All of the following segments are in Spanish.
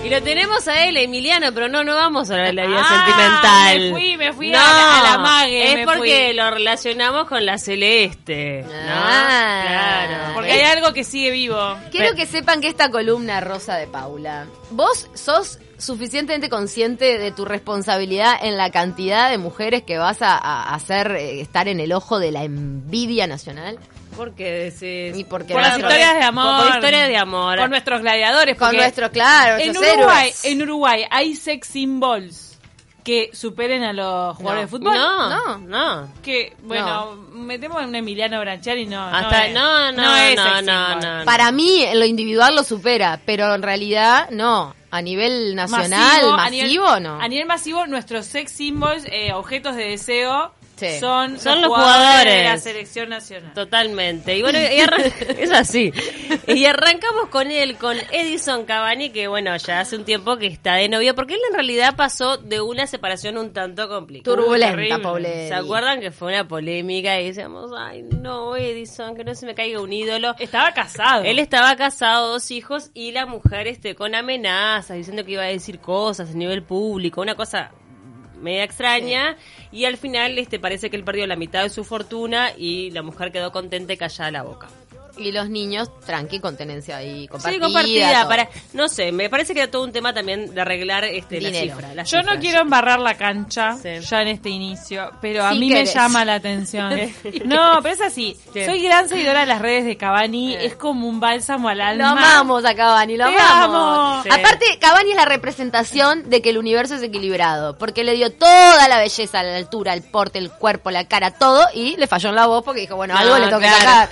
Y lo tenemos a él, Emiliano, pero no vamos a hablar de la vida sentimental. Me fui a la mague. Es porque lo relacionamos con la Celeste. Claro. Porque hay algo que sigue vivo. Quiero que sepan que esta columna Rosa de Paula, vos sos suficientemente consciente de tu responsabilidad en la cantidad de mujeres que vas a hacer estar en el ojo de la envidia nacional. Porque por las historias de amor. Por historias de amor. Con nuestros gladiadores. Con nuestros, claro, en Uruguay hay sex symbols que superen a los jugadores de fútbol. No. Que, bueno, metemos en un Emiliano Branchiari y no. No. Para mí, en lo individual lo supera, pero en realidad no. A nivel nacional, masivo, no. A nivel masivo, nuestros sex symbols, objetos de deseo, sí. son los jugadores de la selección nacional. Totalmente. Y bueno, es así. Y arrancamos con Edison Cavani, que bueno, ya hace un tiempo que está de novio, porque él en realidad pasó de una separación un tanto complicada. Turbulenta, Paulette. ¿Se acuerdan que fue una polémica y decíamos, ay no, Edison, que no se me caiga un ídolo? Estaba casado. Él estaba casado, 2 hijos, y la mujer con amenazas, diciendo que iba a decir cosas a nivel público, una cosa media extraña, y al final parece que él perdió la mitad de su fortuna y la mujer quedó contenta y callada la boca. Y los niños, tranqui, con tenencia ahí compartida. Sí, compartida. No sé, me parece que era todo un tema también de arreglar la cifra. Yo no quiero embarrar la cancha ya en este inicio, pero a mí me llama la atención. No, pero es así. Sí. Soy gran seguidora de las redes de Cavani. Es como un bálsamo al alma. Lo amamos a Cavani, lo amamos. Sí. Aparte, Cavani es la representación de que el universo es equilibrado, porque le dio toda la belleza, la altura, el porte, el cuerpo, la cara, todo, y le falló en la voz porque dijo, bueno, algo le tengo que sacar.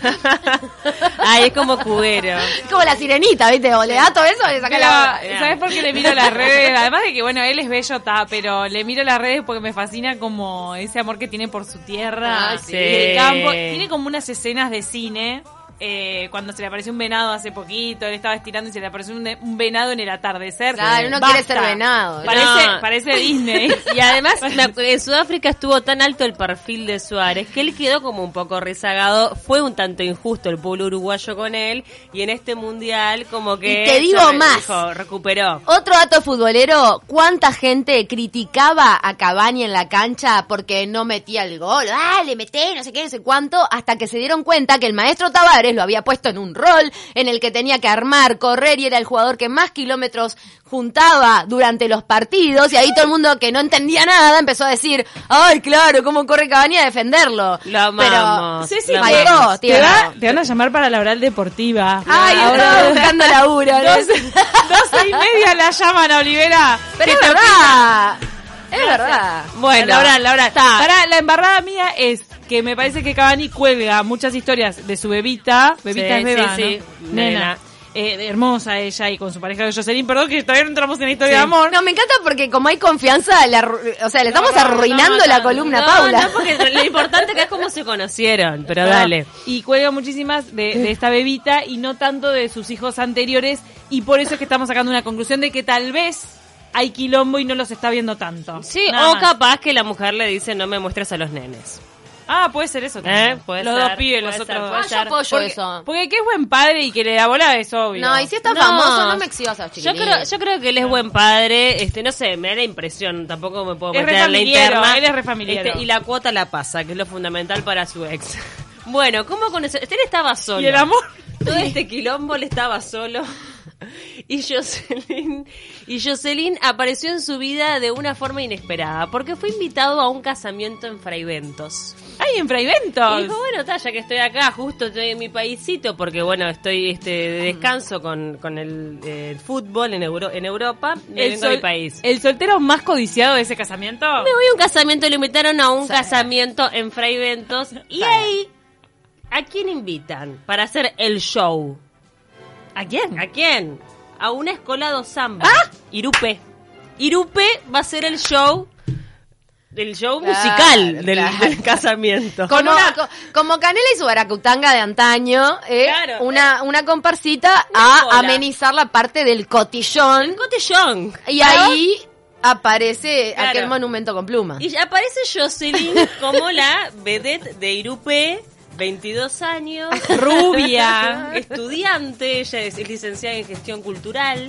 Ay, es como Cubero. Es como la sirenita, ¿viste? O le da todo eso, le saca la... ¿Sabes por qué le miro las redes? Además de que, bueno, él es bello, pero le miro las redes porque me fascina como ese amor que tiene por su tierra, el campo. Tiene como unas escenas de cine. Cuando se le apareció un venado hace poquito, él estaba estirando y se le apareció un venado en el atardecer. Claro, uno quiere ser venado. Parece Disney. Y además en Sudáfrica estuvo tan alto el perfil de Suárez que él quedó como un poco rezagado. Fue un tanto injusto el pueblo uruguayo con él, y en este mundial como que... Y te digo más, recuperó. Otro dato futbolero, ¿cuánta gente criticaba a Cavani en la cancha porque no metía el gol? Dale, meté, no sé qué, no sé cuánto, hasta que se dieron cuenta que el maestro Tavares lo había puesto en un rol en el que tenía que armar, correr, y era el jugador que más kilómetros juntaba durante los partidos, y ahí todo el mundo que no entendía nada empezó a decir, ay, claro, cómo corre Cavani a defenderlo. Lo amamos. Pero, sí, te van a llamar para la oral deportiva. Ay, estaba buscando laburo. 12:30 la llaman a Olivera. Pero es verdad. Es verdad. Bueno, Laura. Para la embarrada mía es que me parece que Cavani cuelga muchas historias de su bebita. Bebita es beba, sí, ¿no? Nena. Hermosa ella y con su pareja de Jocelyn. Perdón que todavía no entramos en la historia de amor. No, me encanta porque como hay confianza, le estamos arruinando la columna a Paula. No, porque lo importante que es cómo se conocieron, pero dale. Y cuelga muchísimas de esta bebita y no tanto de sus hijos anteriores, y por eso es que estamos sacando una conclusión de que tal vez hay quilombo y no los está viendo tanto. Sí, o capaz que la mujer le dice, no me muestres a los nenes. Ah, puede ser eso también. Puede los ser, dos pibes, los otros. Yo apoyo eso. Porque que es buen padre y que le da bola es obvio. No, y si está famoso, no me exhibas a chiquilines. Yo creo que él es buen padre, no sé, me da la impresión, tampoco me puedo meter en la interna. interna. Él es refamiliero. Y la cuota la pasa, que es lo fundamental para su ex. Bueno, ¿cómo con eso? Él estaba solo. ¿Y el amor? Todo este quilombo él estaba solo. Y Jocelyn apareció en su vida de una forma inesperada, porque fue invitado a un casamiento en Fraiventos. ¡Ay, en Fraiventos! Y dijo, bueno, ya que estoy acá, justo estoy en mi paísito, porque bueno, estoy de descanso con el fútbol en Europa, me vengo a mi país. ¿El soltero más codiciado de ese casamiento? Me voy a un casamiento, lo invitaron a un casamiento en Fraiventos, y ahí, ¿a quién invitan para hacer el show? ¿A quién? ¿A quién? A una escuela de samba. Irupe va a ser el show musical del casamiento. Como Canela y su baracutanga de antaño, Claro. una comparsita a amenizar la parte del cotillón. El cotillón. Y ahí aparece Claro. aquel monumento con pluma. Y aparece Jocelyn como la vedette de Irupe, 22 años, rubia, estudiante, ella es licenciada en gestión cultural,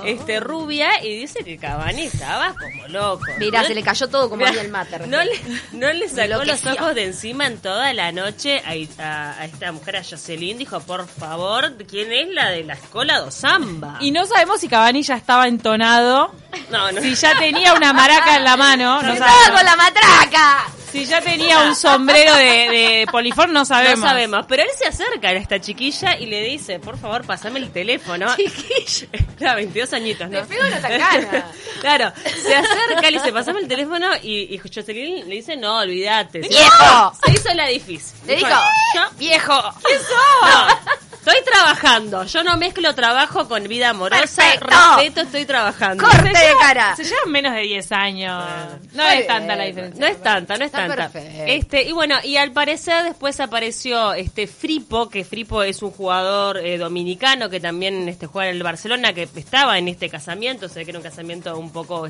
rubia, y dice que Cavani estaba como loco. Mirá, se le cayó todo como había el mate. No le sacó los ojos de encima en toda la noche a esta mujer, a Jocelyn. Dijo, por favor, ¿quién es la de la escuela do samba? Y no sabemos si Cavani ya estaba entonado, no. Si ya tenía una maraca en la mano, no sabemos. ¡Estaba con la matraca! Si ya tenía un sombrero de polifor, no sabemos. No sabemos, pero él se acerca a esta chiquilla y le dice, por favor, pasame el teléfono. Chiquilla. Claro, 22 añitos, ¿no? Me pego una tacana. Claro, se acerca, le dice, pasame el teléfono y Jocelyn le dice, no, olvídate. ¡Viejo! Se hizo la difícil. Le dijo, ¡viejo! ¿Qué sos? No. Estoy trabajando. Yo no mezclo trabajo con vida amorosa. Perfecto. Respeto, estoy trabajando. ¡Corte de cara! Se llevan menos de 10 años. No es tanta la diferencia. No es tanta. Perfecto. Y bueno, y al parecer después apareció Fripo, que Fripo es un jugador dominicano que también juega en el Barcelona, que estaba en este casamiento. Se ve que era un casamiento un poco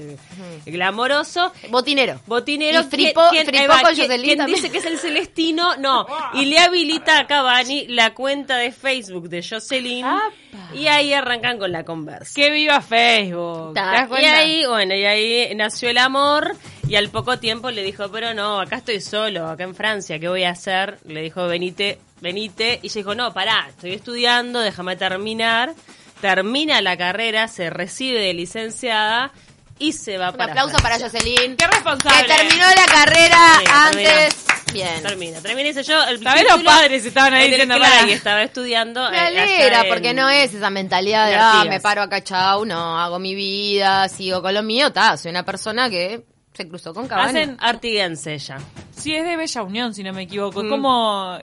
glamoroso. Botinero. Y Fripo con Jocelyn quien también. dice que es el Celestino, no. Y le habilita a Cavani la cuenta de Facebook de Jocelyn. Y ahí arrancan con la conversa. ¡Que viva Facebook! ¿Te das cuenta? Y ahí nació el amor. Y al poco tiempo le dijo, pero no, acá estoy solo, acá en Francia, ¿qué voy a hacer? Le dijo, venite. Y ella dijo, no, pará, estoy estudiando, déjame terminar. Termina la carrera, se recibe de licenciada y se va para aplauso Francia. para Jocelyn. ¡Qué responsable! Que terminó la carrera antes. Bien. Termina, dice yo. ¿Sabés los padres estaban ahí diciendo para y estaba estudiando. Me alegra, porque no es esa mentalidad de, me paro acá, chau, no, hago mi vida, sigo con lo mío, soy una persona que se cruzó con Cavani. Hacen Artiguense ella. Sí, es de Bella Unión, si no me equivoco. Es como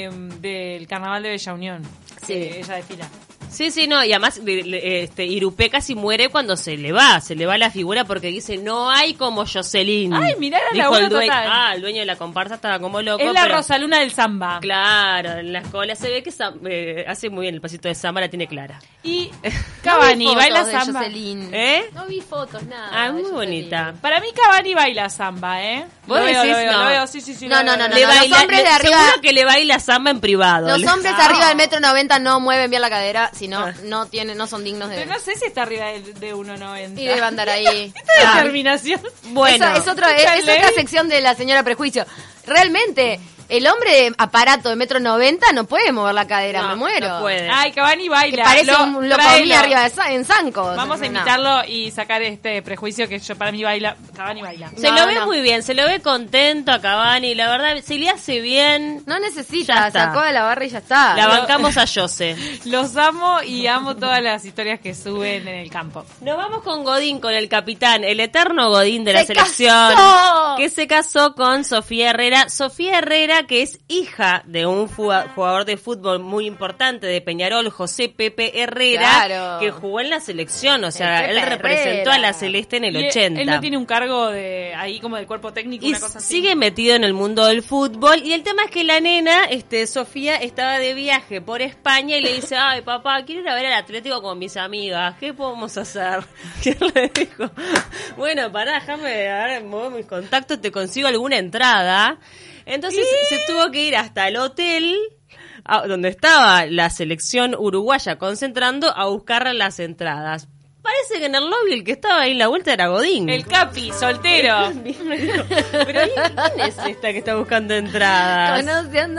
del carnaval de Bella Unión. Sí. Ella desfila. Sí, no, y además Irupé casi muere cuando se le va la figura porque dice, no hay como Jocelyn. Ay, mirá la dijo el dueño, total. el dueño de la comparsa estaba como loco. Es la Rosaluna del samba. Claro, en la escuela se ve que hace muy bien el pasito de samba, la tiene clara. Y Cavani baila samba. Jocelyn. No vi fotos, nada. muy bonita. Para mí Cavani baila samba, ¿Vos decís? Lo veo, sí. No. Los hombres de arriba, seguro que le baila samba en privado. Los hombres arriba del 1,90 m no mueven bien la cadera, sino no son dignos de... Pero no sé si está arriba de 1,90. Y debe andar ahí. Esta determinación. Bueno. Es otra sección de la señora Prejuicio. Realmente, el hombre de aparato de 1,90 m no puede mover la cadera, me muero. No puede. Ay, Cavani baila. Que parece un locomí arriba en zancos. Vamos a imitarlo y sacar este prejuicio que para mí Cavani baila. Se lo ve muy bien, se lo ve contento a Cavani, la verdad, se le hace bien. No necesita, sacó de la barra y ya está. La bancamos a Jose. Los amo y amo todas las historias que suben en el campo. Nos vamos con Godín, con el capitán, el eterno Godín de la selección. ¡Casó! Que se casó con Sofía Herrera. Sofía Herrera, que es hija de un jugador de fútbol muy importante de Peñarol, José Pepe Herrera, que jugó en la selección, o sea, él representó a la Celeste en el 80. Él no tiene un cargo de ahí como del cuerpo técnico, y una cosa así. Sigue metido en el mundo del fútbol, y el tema es que la nena, Sofía, estaba de viaje por España y le dice, ay papá, quiero ir a ver al Atlético con mis amigas, ¿qué podemos hacer? Y él le dijo, bueno, pará, déjame, ahora mover mis contactos, te consigo alguna entrada. Entonces se tuvo que ir hasta el hotel donde estaba la selección uruguaya concentrando a buscar las entradas. Parece que en el lobby el que estaba ahí en la vuelta era Godín. El Capi, soltero. Pero ¿quién es esta que está buscando entradas? Conociendo.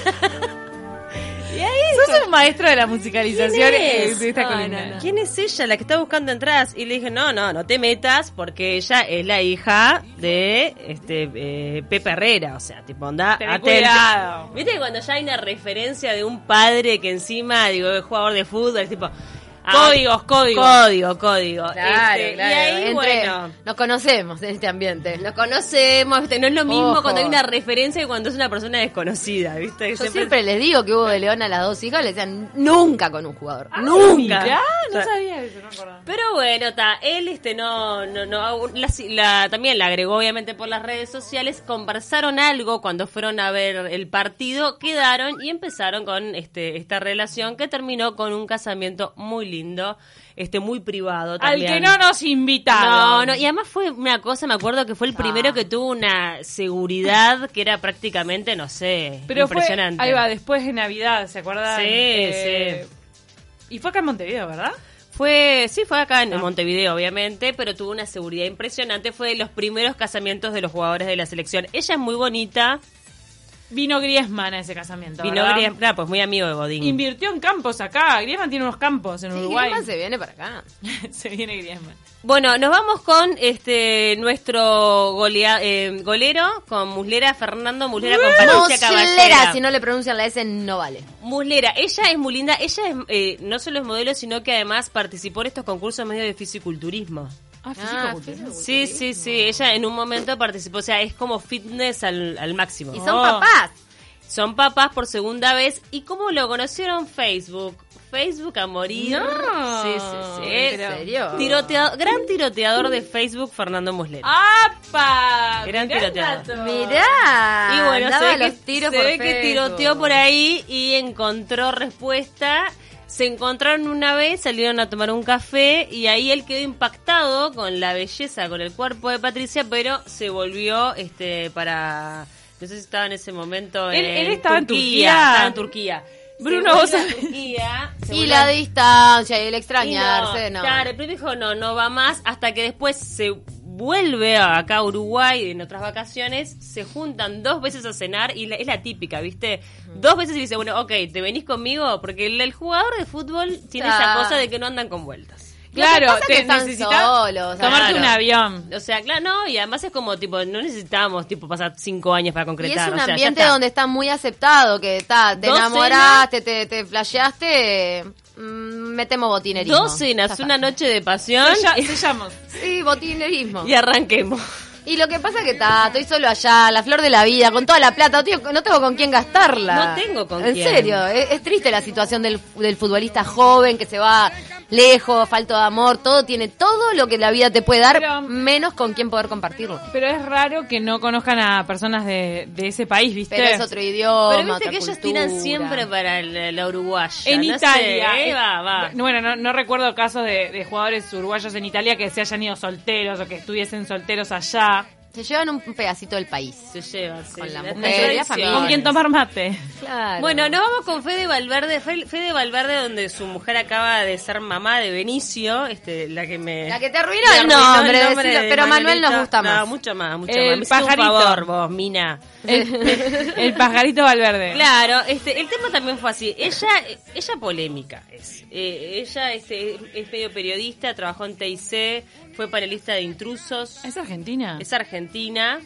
Y ahí sos un maestro de la musicalización de esta columna. No. ¿Quién es ella, la que está buscando entradas? Y le dije, no te metas, porque ella es la hija de Pepe Herrera, o sea, tipo, anda cuidado. ¿Viste que cuando ya hay una referencia de un padre que encima, es jugador de fútbol, es tipo... Código. Claro. Y ahí, bueno, nos conocemos en este ambiente. Nos conocemos, no es lo mismo Ojo. cuando hay una referencia que cuando es una persona desconocida, ¿viste? Yo siempre les digo que Hugo de León a las dos hijas le decían nunca con un jugador. Nunca. Mirá, no sabía eso, no acordaba. Pero bueno, él también la agregó obviamente por las redes sociales, conversaron algo cuando fueron a ver el partido, quedaron y empezaron con esta relación que terminó con un casamiento muy lindo lindo, muy privado también. Al que no nos invitaron. No, y además fue una cosa, me acuerdo que fue el primero que tuvo una seguridad que era prácticamente, no sé, pero impresionante. Ahí va, después de Navidad, ¿se acuerdan? Sí. Y fue acá en Montevideo, ¿verdad? Fue acá en Montevideo, obviamente, pero tuvo una seguridad impresionante. Fue de los primeros casamientos de los jugadores de la selección. Ella es muy bonita. Vino Griezmann a ese casamiento, Vino Griezmann, claro, pues muy amigo de Godín. Invirtió en campos acá. Griezmann tiene unos campos en Uruguay. Griezmann se viene para acá. Se viene Griezmann. Bueno, nos vamos con nuestro golero, con Muslera, Fernando Muslera, con Patricia Caballera. Muslera, si no le pronuncian la S no vale. Muslera, ella es muy linda. Ella es, no solo es modelo, sino que además participó en estos concursos medio de fisiculturismo. Físico-culturismo. Sí. Ella en un momento participó, o sea, es como fitness al máximo. Y son papás. Son papás por segunda vez. ¿Y cómo lo conocieron? Facebook a morir. No. Sí. ¿En serio? Gran tiroteador de Facebook, Fernando Muslera. ¡Apa! Gran tiroteador. Mirá. Y bueno, se ve que tiroteó por ahí y encontró respuesta. Se encontraron una vez, salieron a tomar un café y ahí él quedó impactado con la belleza, con el cuerpo de Patricia, pero se volvió para... No sé si estaba en ese momento él en estaba Turquía. Estaba en Turquía. Bruno, vos sabés. Y la distancia y el extrañarse, no. Claro, pero dijo no va más, hasta que después se vuelve acá a Uruguay en otras vacaciones, se juntan 2 veces a cenar y es la típica, ¿viste? 2 veces y dice, bueno, ok, ¿te venís conmigo? Porque el jugador de fútbol tiene esa cosa de que no andan con vueltas. Claro, te necesitas solos, tomarte un avión. O sea, claro, no, y además es como, no necesitábamos, pasar 5 años para concretar. Y es un ambiente donde está muy aceptado, que te enamoraste, te flasheaste, metemos botinerismo. 2 cenas, una noche de pasión. Sellamos. Sí, botinerismo. Y arranquemos. Y lo que pasa que estoy solo allá, la flor de la vida, con toda la plata, no tengo con quién gastarla. No tengo con quién. En serio, es triste la situación del futbolista joven que se va lejos, falto de amor, tiene todo lo que la vida te puede dar, pero, menos con quién poder compartirlo. Pero es raro que no conozcan a personas de ese país, ¿viste? Pero es otro idioma, pero viste que ellos tiran siempre para la uruguaya. En Italia. Sé, va. Bueno, no recuerdo casos de jugadores uruguayos en Italia que se hayan ido solteros o que estuviesen solteros allá. Se llevan un pedacito del país. Se llevan, con la mujer y la familia. Con quien tomar mate. Claro. Bueno, nos vamos con Fede Valverde. Fede Valverde, donde su mujer acaba de ser mamá de Benicio, la que te arruinó el nombre, pero Manuel nos gusta más. No, mucho más. El pajarito. Un favor, vos, Mina. El pajarito Valverde. Claro, el tema también fue así. Ella polémica es. Ella es medio periodista, trabajó en TIC, fue panelista de Intrusos. ¿Es argentina? Es argentina.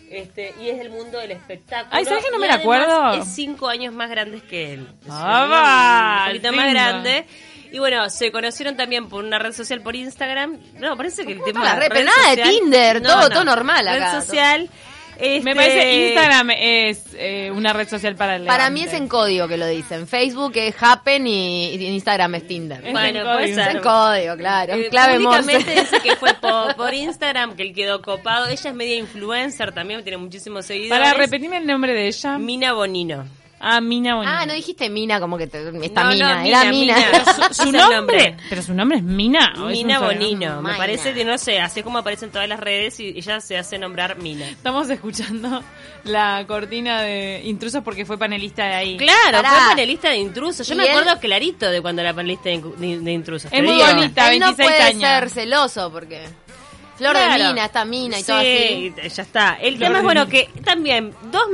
Y es del mundo del espectáculo. Ay, ¿sabes que no me la acuerdo? Es 5 años más grande que él. Un poquito lindo. más grande. Y bueno, se conocieron también por una red social, por Instagram. No, parece que el tema de pero nada social, de Tinder, todo normal acá. Red social. Me parece Instagram es una red social para el Para mí es en código que lo dicen. Facebook es Happen y Instagram es Tinder. Bueno, puede ser. Es en código, claro. Clave públicamente dice que fue por Instagram, que él quedó copado. Ella es media influencer también, tiene muchísimos seguidores. Para repetirme el nombre de ella. Mina Bonino. Mina Bonino. No dijiste Mina como que Mina. Mina. ¿Su nombre? ¿Pero su nombre es Mina? Mina Bonino. Me parece que, no sé, así como aparece en todas las redes y ella se hace nombrar Mina. Estamos escuchando la cortina de Intrusos porque fue panelista de ahí. Claro, fue panelista de Intrusos. Yo me acuerdo clarito de cuando era panelista de Intrusos. Es muy bonita, 26 años. No puede años. ser celoso porque... Flor de Mina, está Mina y todo así. Sí, ya está. El tema es, bueno, que también 2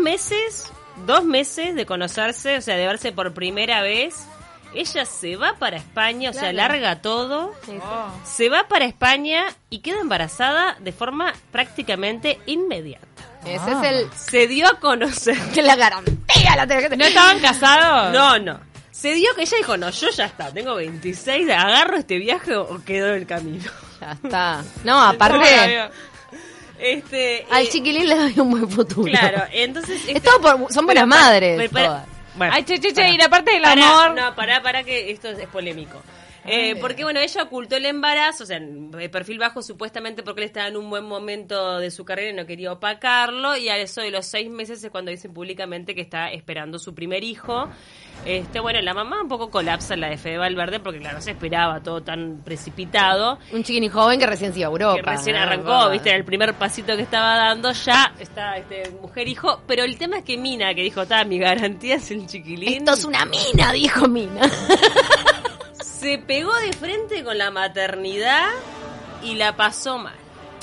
meses de conocerse, o sea, de verse por primera vez. Ella se va para España, o sea, larga todo, se va para España y queda embarazada de forma prácticamente inmediata. Ese es se dio a conocer. Que la garantía la tenés que ¿No estaban casados? No. Se dio que ella dijo, no, yo ya está, tengo 26, agarro este viaje o quedo en el camino. Ya está. No, aparte... al chiquilín le doy un buen futuro. Claro, entonces... son buenas madres. Bueno. Ay, che, y la parte del amor... No, pará que esto es polémico. Porque, bueno, ella ocultó el embarazo, o sea, el perfil bajo supuestamente porque él estaba en un buen momento de su carrera y no quería opacarlo, y a eso de los 6 meses es cuando dicen públicamente que está esperando su primer hijo. Bueno, la mamá un poco colapsa, la de Fede Valverde, porque claro, no se esperaba todo tan precipitado. Un chiquini joven que recién se iba a Europa. Que recién arrancó, viste, el primer pasito que estaba dando, ya está mujer-hijo. Pero el tema es que Mina, que dijo, mi garantía es el chiquilín. Esto es una mina, dijo Mina. Se pegó de frente con la maternidad y la pasó mal.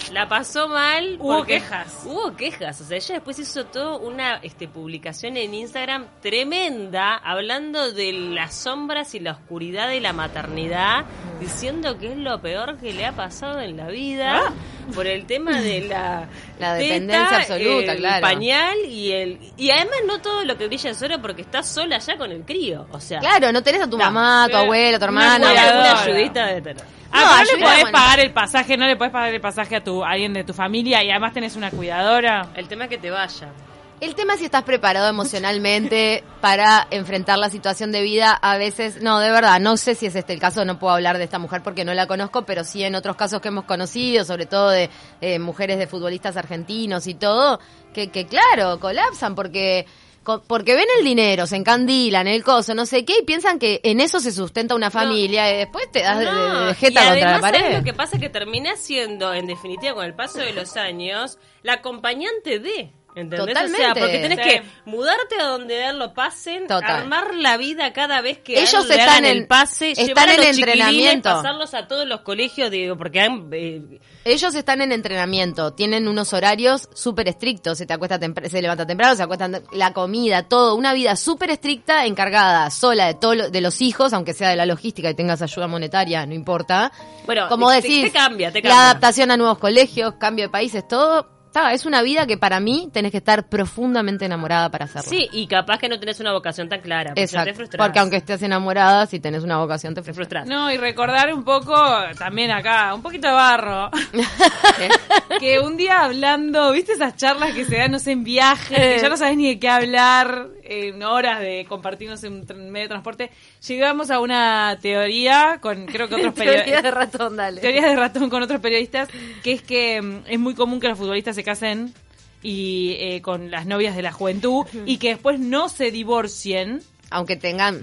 Hubo quejas. O sea, ella después hizo toda una publicación en Instagram tremenda hablando de las sombras y la oscuridad de la maternidad, diciendo que es lo peor que le ha pasado en la vida por el tema de la dependencia teta, absoluta, el claro. pañal y además no todo lo que brilla es oro porque estás sola ya con el crío, o sea. Claro, no tenés a tu mamá, tu abuela, tu hermana. Alguna ayudita de tener. No le podés pagar el pasaje, no le podés pagar el pasaje a alguien de tu familia y además tenés una cuidadora. El tema es que te vaya. El tema es si estás preparado emocionalmente para enfrentar la situación de vida. A veces, no, de verdad, no sé si es este el caso, no puedo hablar de esta mujer porque no la conozco, pero sí en otros casos que hemos conocido, sobre todo de mujeres de futbolistas argentinos y todo, que claro, colapsan porque ven el dinero, se encandilan, el coso, no sé qué, y piensan que en eso se sustenta una familia y después te das de jeta contra la pared. ¿Sabes lo que pasa? Que termina siendo, en definitiva, con el paso de los años, la acompañante de... ¿Entendés? Totalmente. O sea, porque tenés que mudarte a donde lo pasen, armar la vida cada vez que ellos están en el pase, están llevar a en los entrenamiento, pasarlos a todos los colegios, digo, porque ellos están en entrenamiento, tienen unos horarios súper estrictos, se levanta temprano, se acuestan, la comida, todo, una vida súper estricta, encargada sola de los hijos, aunque sea de la logística y tengas ayuda monetaria, no importa. Bueno, como decís, te cambia. La adaptación a nuevos colegios, cambio de países, todo. Es una vida que para mí tenés que estar profundamente enamorada para hacerlo. Sí, y capaz que no tenés una vocación tan clara. Exacto, te frustrás. porque aunque estés enamorada, si tenés una vocación te frustras. No, y recordar un poco, también acá, un poquito de barro. Que un día hablando, ¿viste esas charlas que se dan, no sé, en viajes, que ya no sabés ni de qué hablar, en horas de compartirnos en un medio de transporte? Llegamos a una teoría con, creo que otros periodistas. Teorías de ratón, dale. Teorías de ratón con otros periodistas, que es que es muy común que los futbolistas se casen y con las novias de la juventud y que después no se divorcien, aunque tengan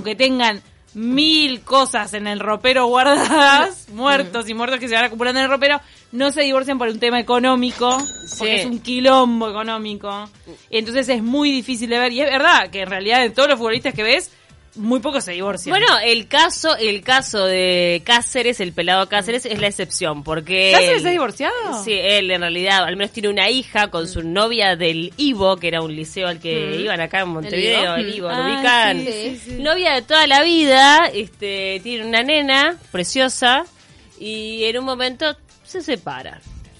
1000 cosas en el ropero guardadas, muertos que se van acumulando en el ropero, no se divorcian por un tema económico, porque es un quilombo económico, y entonces es muy difícil de ver, y es verdad que en realidad de todos los futbolistas que ves, muy pocos se divorcian. Bueno, el caso de Cáceres, el pelado Cáceres, es la excepción, porque... ¿Cáceres se ha divorciado? Sí, él en realidad al menos tiene una hija con su novia del Ivo, que era un liceo al que iban acá en Montevideo, el Ivo, lo ubican. Sí. Novia de toda la vida, tiene una nena preciosa, y en un momento se separan.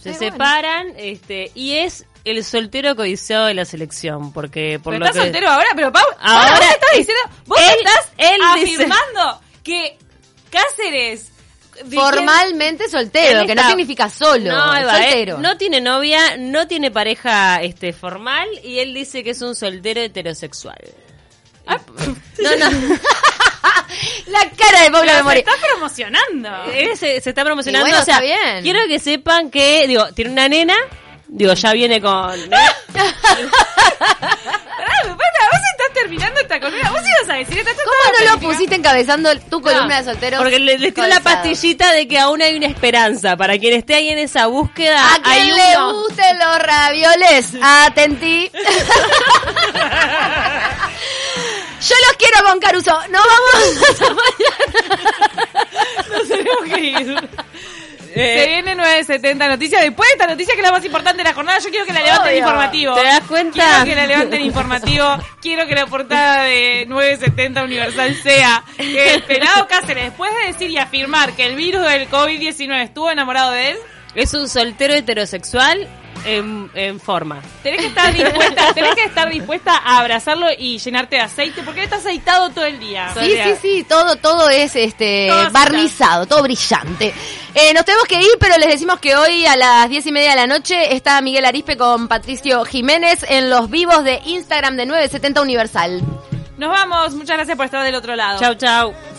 Y es el soltero codiciado de la selección, porque por ¿Pero lo estás soltero ahora? Pero Pau, ahora vos estás diciendo, vos estás afirmando dice, que Cáceres formalmente soltero, que no significa solo, soltero. No tiene novia, no tiene pareja formal, y él dice que es un soltero heterosexual. No. La cara de Paula Memoria. Se está promocionando. Se está promocionando, bueno, o sea, está bien. Quiero que sepan que, tiene una nena, ya viene con... Vos estás terminando esta columna. Vos ibas a decir... ¿Cómo no lo pusiste encabezando tu columna de solteros? Porque le tiro la pastillita de que aún hay una esperanza. Para quien esté ahí en esa búsqueda, a quien le gusten los ravioles, atentí. Yo los quiero con Caruso. No vamos hasta mañana. Nos tenemos que ir. Se viene 970 Noticias. Después de esta noticia, que es la más importante de la jornada, yo quiero que la levanten informativo. ¿Te das cuenta? Quiero que la levanten informativo. Quiero que la portada de 970 Universal sea que el pelado Cáceres, después de decir y afirmar que el virus del COVID-19 estuvo enamorado de él, es un soltero heterosexual en forma. Tenés que estar dispuesta a abrazarlo y llenarte de aceite, porque él está aceitado todo el día. Sí, todo es todo barnizado, todo brillante. Nos tenemos que ir, pero les decimos que hoy a las 10:30 de la noche está Miguel Arispe con Patricio Jiménez en los vivos de Instagram de 970 Universal. Nos vamos, muchas gracias por estar del otro lado. Chau.